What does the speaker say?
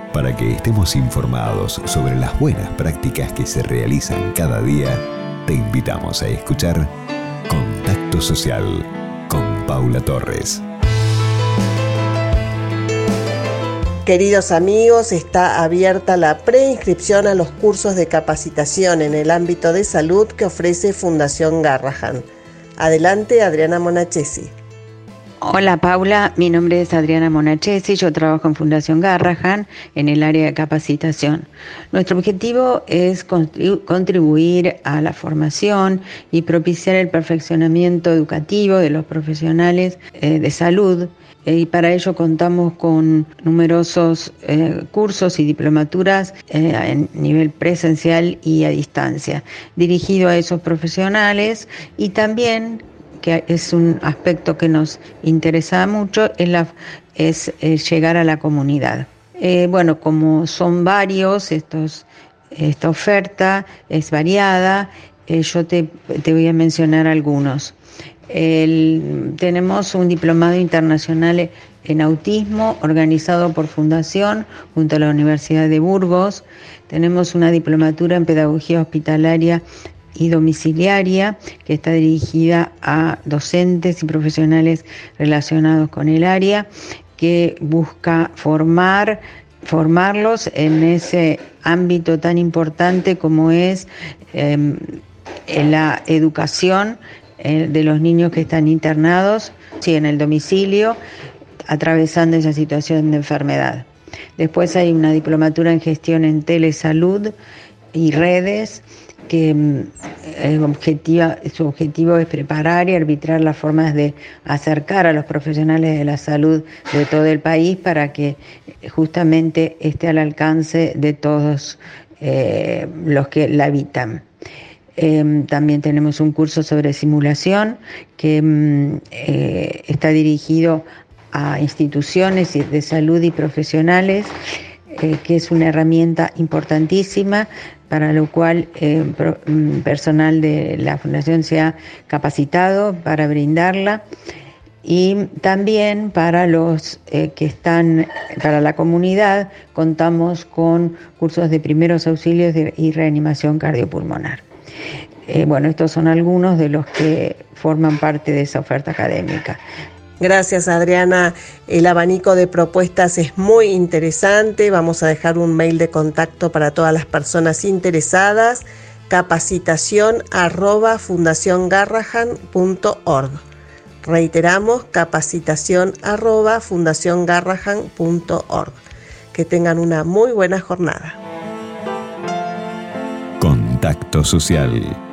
Para que estemos informados sobre las buenas prácticas que se realizan cada día, te invitamos a escuchar Contacto Social con Paula Torres. Queridos amigos, está abierta la preinscripción a los cursos de capacitación en el ámbito de salud que ofrece Fundación Garrahan. Adelante, Adriana Monachesi. Hola Paula, mi nombre es Adriana Monachesi, yo trabajo en Fundación Garrahan en el área de capacitación. Nuestro objetivo es contribuir a la formación y propiciar el perfeccionamiento educativo de los profesionales de salud. Y para ello contamos con numerosos cursos y diplomaturas en nivel presencial y a distancia, dirigido a esos profesionales, y también, que es un aspecto que nos interesa mucho, es llegar a la comunidad. Como son varios, esta oferta es variada, yo te voy a mencionar algunos. Tenemos un diplomado internacional en autismo organizado por Fundación junto a la Universidad de Burgos. Tenemos una diplomatura en pedagogía hospitalaria y domiciliaria que está dirigida a docentes y profesionales relacionados con el área, que busca formarlos en ese ámbito tan importante como es la educación de los niños que están internados, sí, en el domicilio, atravesando esa situación de enfermedad. Después hay una diplomatura en gestión en telesalud y redes, que su objetivo es preparar y arbitrar las formas de acercar a los profesionales de la salud de todo el país para que justamente esté al alcance de todos los que la habitan. También tenemos un curso sobre simulación que está dirigido a instituciones de salud y profesionales, que es una herramienta importantísima para lo cual personal de la Fundación se ha capacitado para brindarla. Y también para los para la comunidad, contamos con cursos de primeros auxilios y reanimación cardiopulmonar. Estos son algunos de los que forman parte de esa oferta académica. Gracias, Adriana. El abanico de propuestas es muy interesante. Vamos a dejar un mail de contacto para todas las personas interesadas: capacitación@fundaciongarrahan.org. Reiteramos, capacitación@fundaciongarrahan.org. Que tengan una muy buena jornada. Contacto Social.